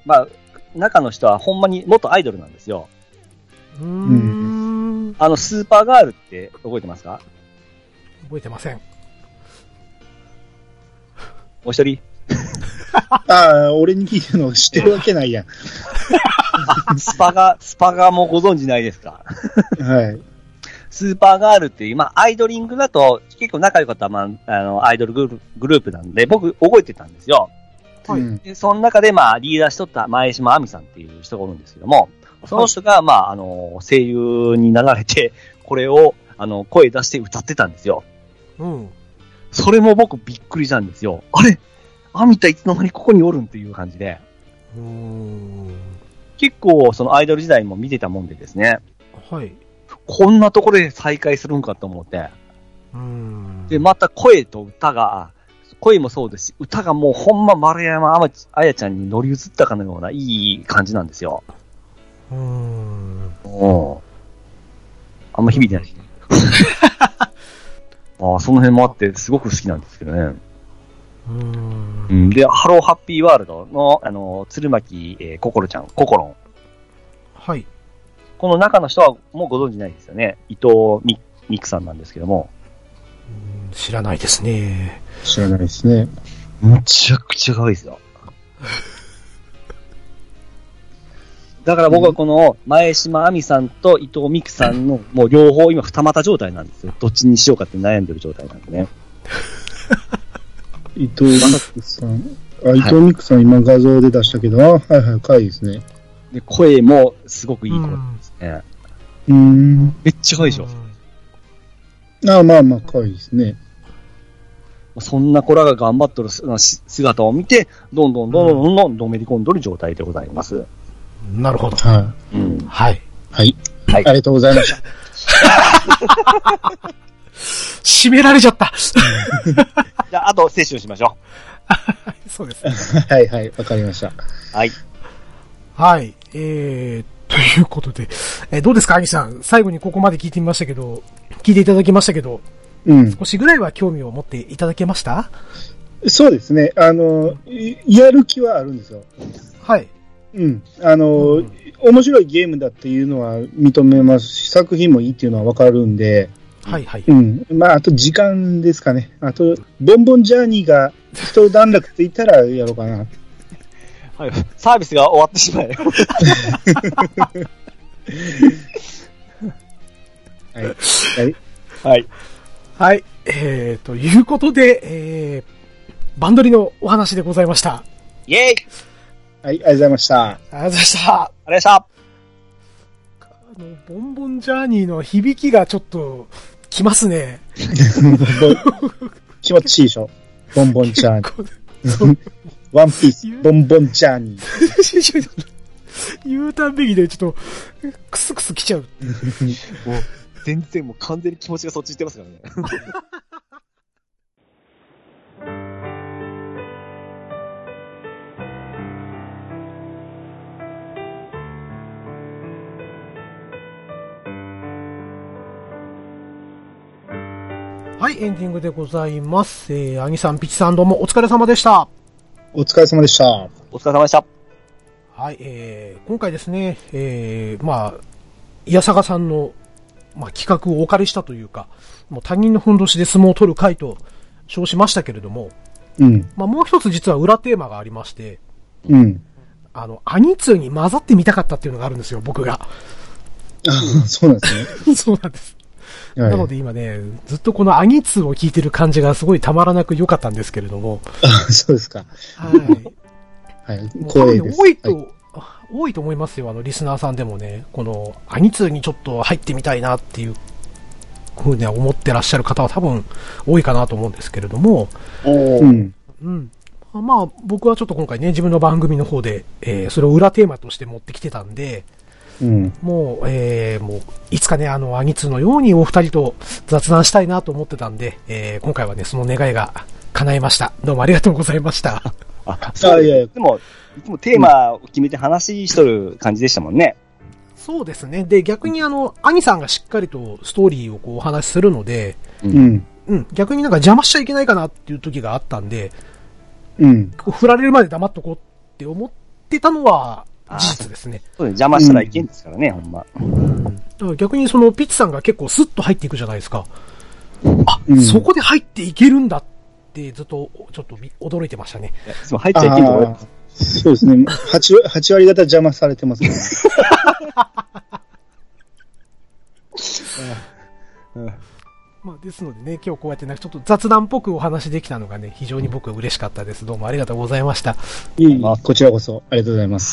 まあ、中の人はほんまに元アイドルなんですよ。 うーん。 あの、スーパーガールって覚えてますか？ 覚えてません。 お一人ああ、俺に聞いてるの知ってるわけないやん。 スパガ、スパガもご存知ないですか？ はい。 スーパーガールっていう、まあ、アイドリングだと結構仲良かった、まあ、あの、アイドルグルグループなんで、僕覚えてたんですよ。 はい。 でその中で、まあ、リーダーしとった前島亜美さんっていう人がおるんですけども、その人が、まあ、あの、声優になられて、これを、あの、声出して歌ってたんですよ。 うん。 それも僕びっくりしたんですよ。あれアミタいつの間にここにおるんっていう感じで。 うーん。 結構、そのアイドル時代も見てたもんでですね。 はい。 こんなところで再会するんかと思って。 うーん。 で、また声と歌が、声もそうですし、歌がもうほんま丸山あやちゃんに乗り移ったかのようないい感じなんですよ。 うーん。 おー。あんま響いてないしね。ああ、その辺もあってすごく好きなんですけどね。 うーん。 うん、で、ハローハッピーワールドの、あの、鶴巻、えー、ココロちゃん、ココロン。 はい。 この中の人はもうご存知ないですよね。伊藤美美久さんなんですけども。 うん、知らないですね。 知らないですね。 むちゃくちゃ可愛いですよ。だから僕はこの前島亜美さんと伊藤美久さんのもう両方今二股状態なんですよ。どっちにしようかって悩んでる状態なんでね。 伊藤美久さん。あ、伊藤美久さん今画像で出したけど、あ、はいはい、可愛いですね。 で、声もすごくいい声ですね。 うーん。 めっちゃ可愛いでしょ。 ああ、まあまあ可愛いですね。 そんな子らが頑張ってる姿を見て、どんどんどんどんどんどんのめり込んどる状態でございます。 なるほど。 はい。 うん。 はい。 はい。はい。ありがとうございました。 締められちゃった。 じゃあ、あとセッションしましょう。そうですね。 はいはい、わかりました。 はい。 はい。えー、ということで、えー、どうですか、アギさん。最後にここまで聞いてみましたけど、聞いていただきましたけど、うん。少しぐらいは興味を持っていただけました？ そうですね。あの、やる気はあるんですよ。 はい。 うん。あの、うん、面白いゲームだっていうのは認めますし、作品もいいっていうのはわかるんで、 はいはい。 うん。まあ、あと時間ですかね。あと、ボンボンジャーニーが一段落って言ったらやろうかな。 はい。サービスが終わってしまえ。 はい。はい。 はい。 はい。えー、ということで、えー、バンドリのお話でございました。 イェイ。 はい、ありがとうございました。 ありがとうございました。 ありがとうございました。 あの、ボンボンジャーニーの響きがちょっと、きますね。 気持ちいいでしょ。ボンボンジャーニー。ワンピース、ボンボンジャーニー。 言うたんびにね、ちょっと、クスクスきちゃう。 もう全然もう完全に気持ちがそっち行ってますからね。 はい、エンディングでございます。えー、アニさん、ピチさんどうもお疲れ様でした。 お疲れ様でした。 お疲れ様でした。 はい、えー、今回ですね、えー、まあ、いやさがさんの、まあ、企画をお借りしたというか、もう他人のふんどしで相撲を取る会と称しましたけれども、 うん。 まあ、もう一つ実は裏テーマがありまして、 うん。 あの、アニツーに混ざってみたかったっていうのがあるんですよ、僕が。 あ、そうなんですね。 そうなんです。はい、なので今ね、ずっとこのアニツーを聞いてる感じがすごいたまらなく良かったんですけれども。 あ、そうですか。 はい。 はい、光栄です。 多いと、はい、多いと思いますよ、あの、リスナーさんでもね、この、アニツーにちょっと入ってみたいなっていう、ふうに思ってらっしゃる方は多分多いかなと思うんですけれども、 うん。 うん。まあ、僕はちょっと今回ね、自分の番組の方で、えー、それを裏テーマとして持ってきてたんで、 うん、 もう、えー、もう、いつかね、あの、アニツーのようにお二人と雑談したいなと思ってたんで、えー、今回はね、その願いが叶いました。どうもありがとうございました。 あ、そういやいや、でも、いつもテーマを決めて話しとる感じでしたもんね。 そうですね。で、逆にあの、アニさんがしっかりとストーリーをこうお話しするので、 うん。 うん、逆になんか邪魔しちゃいけないかなっていう時があったんで、 うん。 こう振られるまで黙っとこうって思ってたのは事実ですね。 そうね、邪魔したらいけんですからね、うん、ほんま。 うん。だから逆にそのピッチさんが結構スッと入っていくじゃないですか。あ、 うん、 そこで入っていけるんだってずっとちょっと驚いてましたね。 いや、いつも入っちゃいけんと思います。 そうですね。はち、はち割方邪魔されてますね。 うん、まあ、ですのでね、今日こうやってなんかちょっと雑談っぽくお話できたのがね、非常に僕は嬉しかったです。どうもありがとうございました。 いい、こちらこそありがとうございます。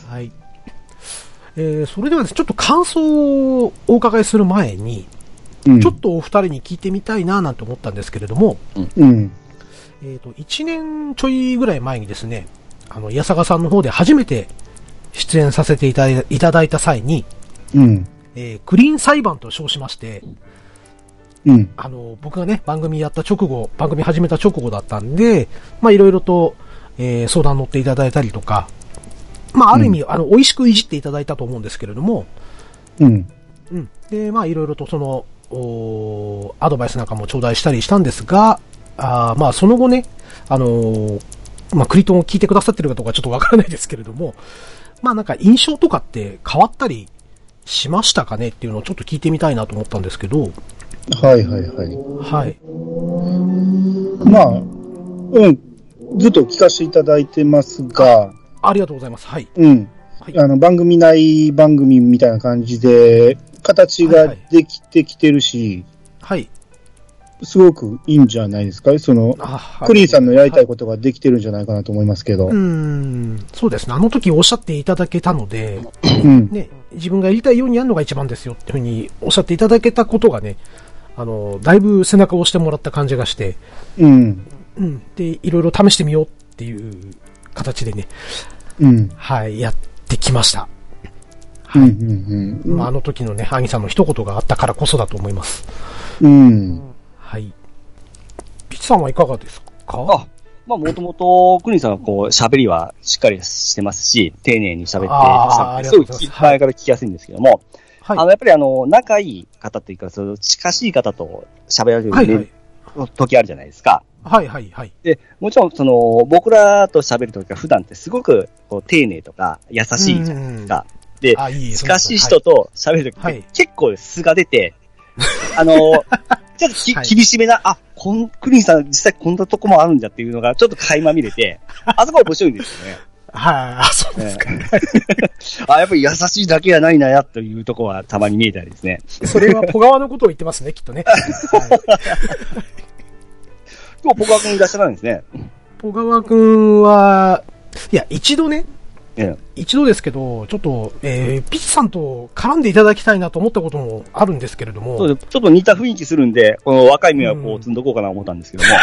はい。えー、それではですね、ちょっと感想をお伺いする前に、うん、ちょっとお二人に聞いてみたいななんて思ったんですけれども、 うん。 えっと、一年ちょいぐらい前にですね、あの、いやさがさんの方で初めて出演させていただいた際に、 うん。 えー、クリーン裁判と称しまして、 うん。 あの、僕がね、番組やった直後、番組始めた直後だったんで、まあいろいろと、えー、相談乗っていただいたりとか、まあある意味、うん、あの、美味しくいじっていただいたと思うんですけれども、 うん。 うん。で、まあいろいろとその、おアドバイスなんかも頂戴したりしたんですが、あまあその後ね、あのー、まあクリトンを聞いてくださってるかどうかちょっとわからないですけれども、まあなんか印象とかって変わったりしましたかねっていうのをちょっと聞いてみたいなと思ったんですけど。 はいはいはい。 はい。 まあ、うん、ずっと聞かせていただいてますが、 あ、ありがとうございます。はい。 うん。はい、あの、番組内番組みたいな感じで、形ができてきてるし、 はい、はい。 すごくいいんじゃないですか、その、クリーンさんのやりたいことができてるんじゃないかなと思いますけど。 はい、うーん、そうですね。あの時おっしゃっていただけたので、 うん、 ね、自分がやりたいようにやるのが一番ですよっていうふうにおっしゃっていただけたことがね、あの、だいぶ背中を押してもらった感じがして、 うん。 うん。で、いろいろ試してみようっていう形でね、 うん。 はい、やってきました。 はい。うんうんうん、 まあ、あの時のね、アニさんの一言があったからこそだと思います。 うん。 ははい。ピッチさんはいかがですか？ あ、まあもともと、クリンさんはこう、喋りはしっかりしてますし、丁寧に喋って、すごい前から聞きやすいんですけども、はい、あの、やっぱりあの、仲いい方というか、その近しい方と喋られる、ね、はいはい、時あるじゃないですか。 はいはいはい。 で、もちろんその、僕らと喋るときは普段ってすごくこう丁寧とか優しいじゃないですか。で、いい近しい人と喋るときって、はい、結構素が出て、あの、ちょっとき、はい、厳しめな、あ、こん、クリンさん実際こんなとこもあるんだっていうのがちょっと垣間見れて、あそこは面白いんですよね。 はい、あ、そうですか。ね、 あ、やっぱり優しいだけじゃないなやというところはたまに見えたりですね。 それはポガワのことを言ってますね、きっとね。はい今日ポガワ君いらっしゃらないんですね。 ポガワ君は、いや、一度ね、 ええ、 一度ですけど、ちょっと、えー、ピッチさんと絡んでいただきたいなと思ったこともあるんですけれども。 そうです。ちょっと似た雰囲気するんで、この若い目はこう積んどこうかなと思ったんですけども。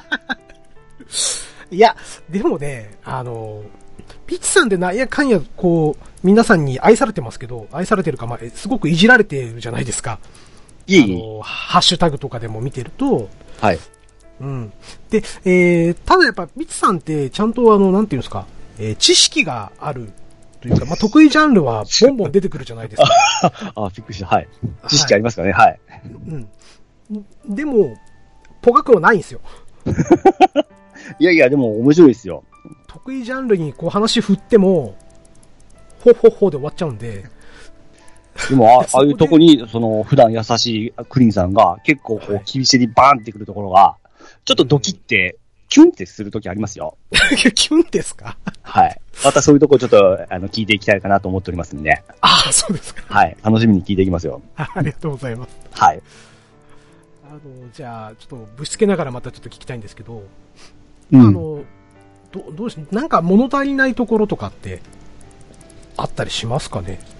いや、でもね、あの、ピッチさんでなんやかんや、こう、皆さんに愛されてますけど、愛されてるか、まあ、すごくいじられてるじゃないですか。 いい。あの、 ハッシュタグとかでも見てると、 はい。 うん。で、えー、ただやっぱ、ピッチさんってちゃんとあの、なんていうんですか、えー、知識があるというか、まあ、得意ジャンルはボンボン出てくるじゃないですか。 あ、びっくりした。はい。知識ありますかね、はい、はい。 うん。でも、ポガ君はないんですよ。 いやいや、でも面白いですよ。 得意ジャンルにこう話振っても、ほほほで終わっちゃうんで。 でも、ああいうとこに、その、普段優しいクリンさんが結構こう、厳しいにバーンってくるところが、ちょっとドキって、キュンってするときありますよ。 キュンですか？ はい。またそういうとこちょっと、あの、聞いていきたいかなと思っておりますんで。 ああ、そうですか。 はい。楽しみに聞いていきますよ。 ありがとうございます。 はい。 あの、じゃあ、ちょっとぶしつけながらまたちょっと聞きたいんですけど、 うん、 あの、ど、どうし、なんか物足りないところとかって、あったりしますかね？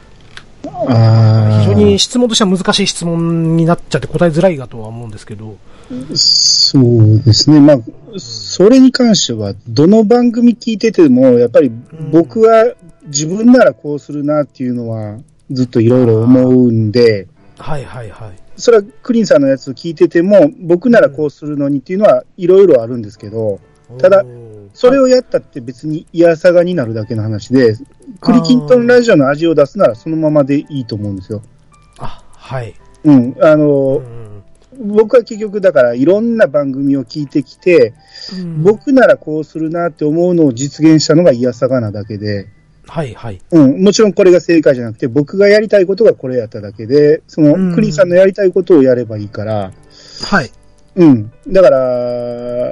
あ非常に質問としては難しい質問になっちゃって答えづらいかとは思うんですけど。 そうですね。まあ、それに関しては、どの番組聞いてても、やっぱり僕は自分ならこうするなっていうのはずっといろいろ思うんで、 はいはいはい。 それはクリンさんのやつを聞いてても、僕ならこうするのにっていうのはいろいろあるんですけど、ただ、それをやったって別にイヤサガになるだけの話で、クリキントンラジオの味を出すならそのままでいいと思うんですよ。 あ、はい。 うん、あの、うん、僕は結局だからいろんな番組を聞いてきて、うん、僕ならこうするなって思うのを実現したのがイヤサガなだけで、 はいはい。 うん、もちろんこれが正解じゃなくて、僕がやりたいことがこれやっただけで、その、クリンさんのやりたいことをやればいいから、 はい。 うん。だから、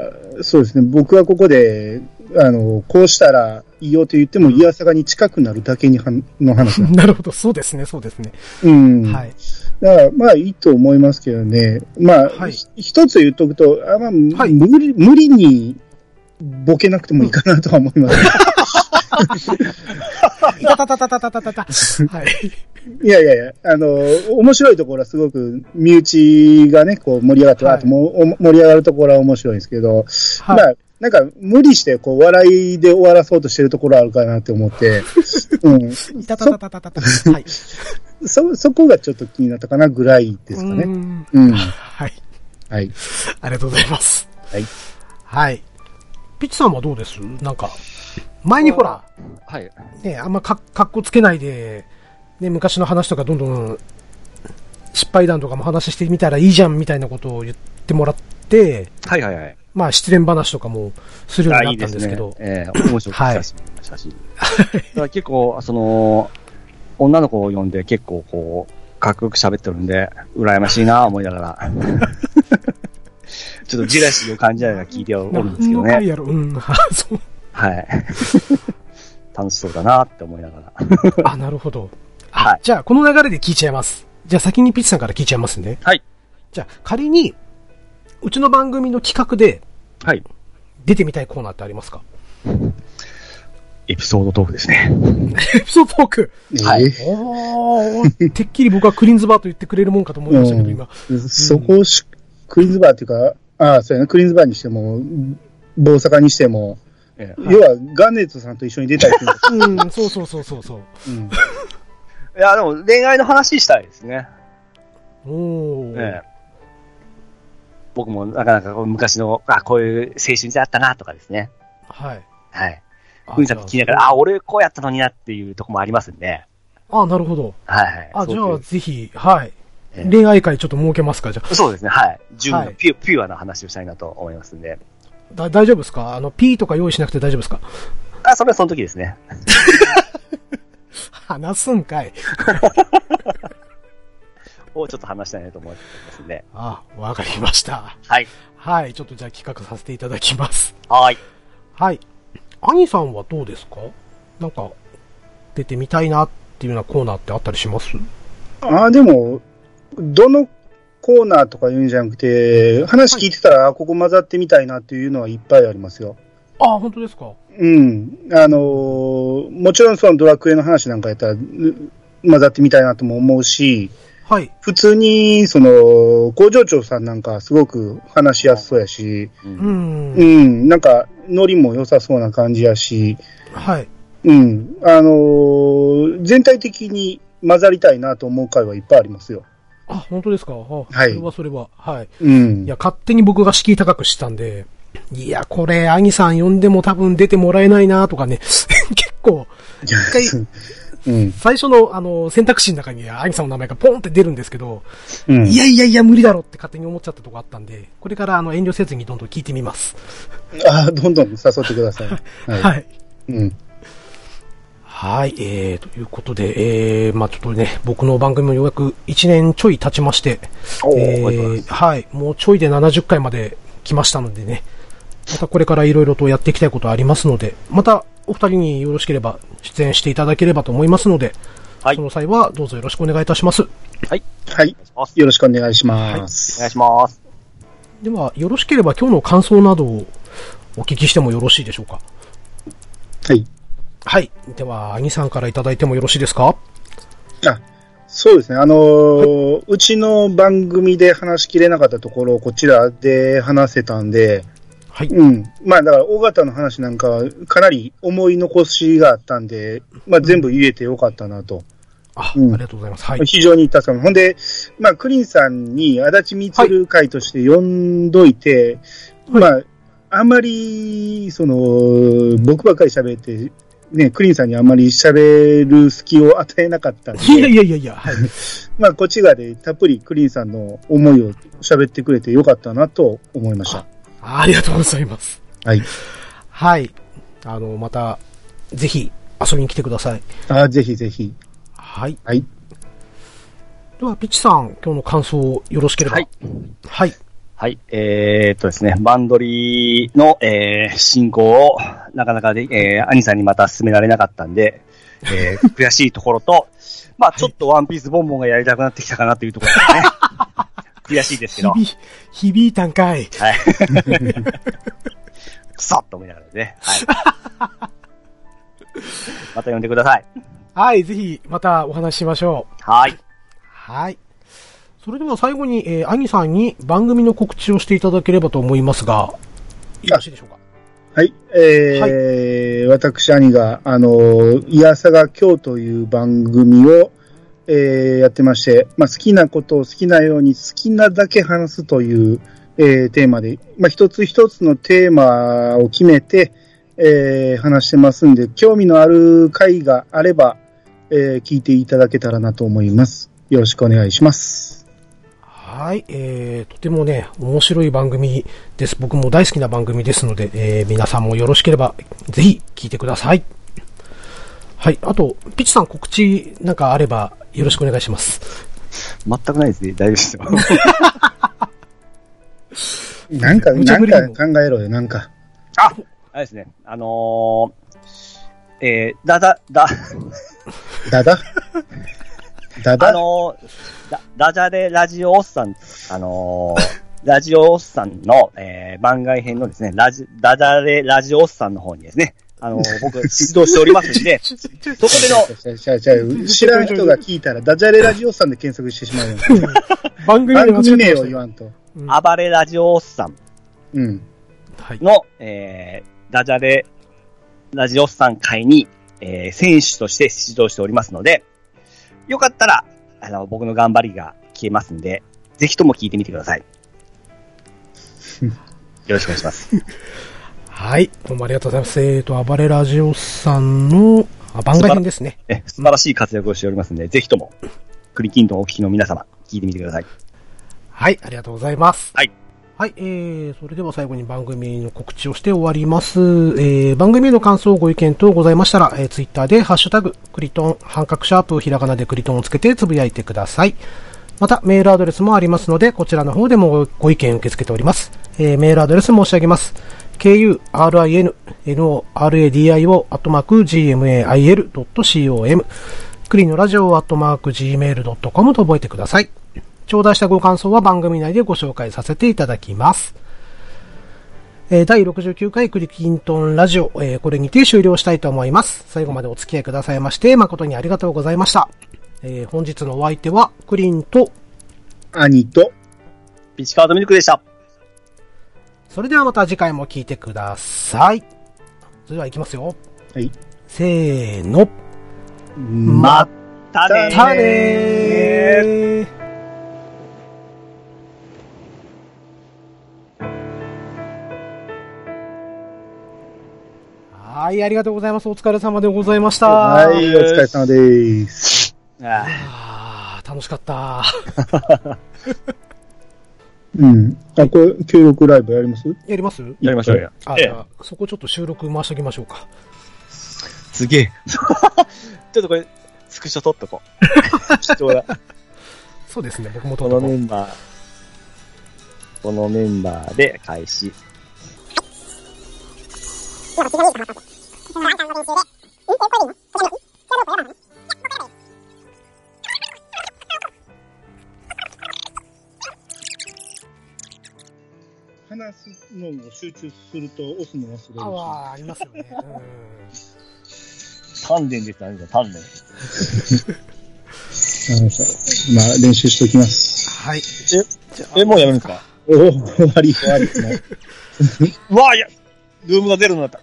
そうですね。僕はここで、あの、こうしたらいいよと言っても、イヤサガに近くなるだけにはの話な。 なるほど。そうですね。そうですね。 うん。 はい。 だから、まあいいと思いますけどね。まあ、はい、一つ言っとくと、あまあ、はい、無理、無理にボケなくてもいいかなとは思います。 いたたたたたたたた。はい。 いやいやいや、あの、面白いところはすごく、身内がね、こう盛り上がって、はい、あとも盛り上がるところは面白いんですけど、はい、まあ、なんか無理してこう笑いで終わらそうとしてるところあるかなって思って、うん。 いたたたたたたた。はい。 そ、そこがちょっと気になったかなぐらいですかね。うん。うん。 はい。 はい。 ありがとうございます。 はい。 はい。ピッチさんはどうです？なんか、前にほら、 はい。 ね、あんまか、かっこつけないで、ね、昔の話とかどんどん、失敗談とかも話してみたらいいじゃんみたいなことを言ってもらって、 はいはいはい。 まあ、失恋話とかもするようになったんですけど。 いいですね。ええー、面白く聞かせてもらいましたし。だから結構、その、女の子を呼んで結構こう、かっこよく喋ってるんで、羨ましいなぁ思いながら。ちょっとジェラシーを感じながら聞いておるんですけどね。 何やろ、うん、そう。 はい。楽しそうだなって思いながら。 あ、なるほど。はい。じゃあ、この流れで聞いちゃいます。じゃあ、先にピッチさんから聞いちゃいますね。 はい。 じゃあ、仮に、うちの番組の企画で、 はい。 出てみたいコーナーってありますか？ エピソードトークですね。 エピソードトーク。 はい。 おー、てっきり僕はクリーンズバーと言ってくれるもんかと思いましたけど、今。 そこをし、クリーンズバーっていうか、ああ、そうやね、クリーンズバーにしても、大阪にしても、ええ、要は、ガンネットさんと一緒に出たいっていう。 うん、そうそうそうそうそう。うん、 いや、でも恋愛の話したいですね。 おー。 ええ、 僕もなかなか昔の、あ、こういう青春時代あったなとかですね。 はい。 はい。ふみさんと聞きながら、あ、俺こうやったのになっていうとこもありますんで。 あ、なるほど。 はいはい。 あ、じゃあぜひ、はい。えー、恋愛会ちょっと設けますか、じゃあ。 そうですね、はい。純のピュ、はい、ピュアな話をしたいなと思いますんで。 だ、大丈夫ですか？あの、P とか用意しなくて大丈夫ですか？ あ、それはその時ですね。 話すんかい。 をちょっと話したいなと思ってますんで。 あ、わかりました。 はい。 はい、ちょっとじゃあ企画させていただきます。 はい。 はい。兄さんはどうですか？なんか、出てみたいなっていうようなコーナーってあったりします？ ああ、でも、どのコーナーとか言うんじゃなくて、話聞いてたら、はい、ここ混ざってみたいなっていうのはいっぱいありますよ。 ああ、本当ですか？ うん。あのー、もちろんそのドラクエの話なんかやったら、混ざってみたいなとも思うし、 はい。 普通に、その、工場長さんなんかすごく話しやすそうやし、 うん。 うん。なんか、ノリも良さそうな感じやし、 はい。 うん。あのー、全体的に混ざりたいなと思う回はいっぱいありますよ。 あ、本当ですか？あ、はい。それはそれは。はい。 うん。 いや、勝手に僕が敷居高くしたんで、いや、これ、兄さん呼んでも多分出てもらえないなとかね、結構、一回、うん、最初の、あの、選択肢の中に、兄さんの名前がポンって出るんですけど、うん、いやいやいや、無理だろって勝手に思っちゃったとこあったんで、これから、あの、遠慮せずにどんどん聞いてみます。 ああ、どんどん誘ってください。 はい。はい。 うん。 はい、えー、ということで、えー、まあちょっとね、僕の番組もようやくいちねんちょい経ちまして、えー、はい、もうちょいでななじゅっかいまで来ましたのでね、またこれからいろいろとやっていきたいことありますので、またお二人によろしければ出演していただければと思いますので、はい、その際はどうぞよろしくお願いいたします。 はい。 はい。よろしくお願いします。 はい、お願いします。 では、よろしければ今日の感想などをお聞きしてもよろしいでしょうか。 はい。 はい。では、兄さんからいただいてもよろしいですか？ あ、そうですね。あのーはい、うちの番組で話しきれなかったところをこちらで話せたんで、 はい。 うん。まあ、だから、大型の話なんかはかなり思い残しがあったんで、まあ、全部言えてよかったなと。うん、 あ、うん、ありがとうございます。はい。 非常に助かる。ほんで、まあ、クリンさんに足立みつる会として呼んどいて、はい、まあ、あんまり、その、僕ばっかり喋って、ね、クリンさんにあんまり喋る隙を与えなかったんで。 いやいやいやいや、はい。 まあ、こっち側でたっぷりクリンさんの思いを喋ってくれてよかったなと思いました。 あ、ありがとうございます。 はい。 はい。あの、また、ぜひ遊びに来てください。 あ、ぜひぜひ。 はい。 はい。 では、ピッチさん、今日の感想をよろしければ。はい。はい。 はい。えー、っとですね、バンドリの、えー、進行を、なかなかで、えー、兄さんにまた進められなかったんで、えー、悔しいところと、まあちょっとワンピースボンボンがやりたくなってきたかなというところですね。悔しいですけど。 響、響いたんかい。 はい。くそっと思いながらね。はい。また呼んでください。 はい、ぜひ、またお話ししましょう。 はい。 はい。それでは最後に、えー、兄さんに番組の告知をしていただければと思いますが、よろしいでしょうか。 はい。えー、はい、私、兄が、あの、いやさが今日という番組を、えー、やってまして、まあ、好きなことを好きなように好きなだけ話すという、えー、テーマで、まあ、一つ一つのテーマを決めて、えー、話してますんで、興味のある回があれば、えー、聞いていただけたらなと思います。よろしくお願いします。 はい、えー、とてもね、面白い番組です。僕も大好きな番組ですので、えー、皆さんもよろしければ、ぜひ聞いてください。はい、あと、ピッチさん告知なんかあれば、よろしくお願いします。 全くないですね。大丈夫ですよ。 なんか、なんか考えろよ、なんか。 あ、あれですね。あのー、えー、だだ、だ、 だだだだあのー、だ、ダジャレラジオおっさん、あのー、ラジオおっさんの、えー、番外編のですね、ラジ、ダジャレラジオおっさんの方にですね、あのー、僕、指導しておりますんで、そこでの、知らん人が聞いたら、ダジャレラジオおっさんで検索してしまうよ。 番組名を言わんと。 暴れラジオおっさんうん。 の、えー、ダジャレラジオおっさん会に、えー、選手として出場しておりますので、よかったら、あの、僕の頑張りが消えますんで、ぜひとも聞いてみてください。 ろしくお願いします。 はい。どうもありがとうございます。えーと、暴れラジオさんの番外編ですね。 え、素晴らしい活躍をしておりますので、うん、ぜひとも、クリキントンをお聞きの皆様、聞いてみてください。 はい、ありがとうございます。 はい。 はい、えー、それでは最後に番組の告知をして終わります。えー、番組の感想、ご意見等ございましたら、えー、ツイッターでハッシュタグ、クリトン、半角シャープ、ひらがなでクリトンをつけてつぶやいてください。また、メールアドレスもありますので、こちらの方でもご意見受け付けております。えー、メールアドレス申し上げます。ケーユーアールアイエヌエヌオーアールエーディーアイオー アットマーク ジーエムエーアイエルドットコム クリのラジオアットマーク ジーメールドットコム と覚えてください。頂戴したご感想は番組内でご紹介させていただきます。えー、だいろくじゅうきゅうかいクリキントンラジオ、えー、これにて終了したいと思います。最後までお付き合いくださいまして誠にありがとうございました。えー、本日のお相手はクリンと兄とピチカートミルクでした。 それではまた次回も聞いてください。それでは行きますよ。 はい。 せーの。 まったねー。 まったねー。はい、ありがとうございます。お疲れ様でございました。 はい、お疲れ様です。 あー、楽しかった。 うん。あ、これ、協力ライブやります？ やりますやりましょうよ。 あ、じゃあ、そこちょっと収録回しときましょうか。 すげえ。ちょっとこれ、スクショ撮っとこう。貴重だ。 そうですね、僕も撮っとこう。 このメンバー、このメンバーで開始。 話すのを集中すると押すの忘れるし。 ああ、ありますよね。うん。 丹田ですね、丹田。 まあ、練習しておきます。 はい。 え、え、もうやめるんですか？ おお、終わり、終わり。 うわぁ、いや、ルームがゼロになった。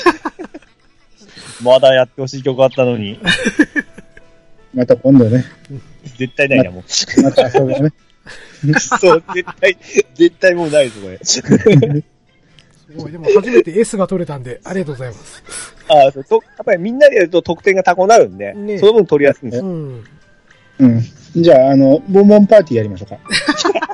まだやってほしい曲あったのに。 また今度ね。 絶対ないな、もう。 またそうだね。 そう、絶対、絶対もうないです、これ。 すごい、でも初めて S が取れたんで、ありがとうございます。 ああ、そう、と、やっぱりみんなでやると得点が高くなるんで、ね、その分取りやすいんですよ。 うん。 うん。じゃあ、あの、ボンボンパーティーやりましょうか。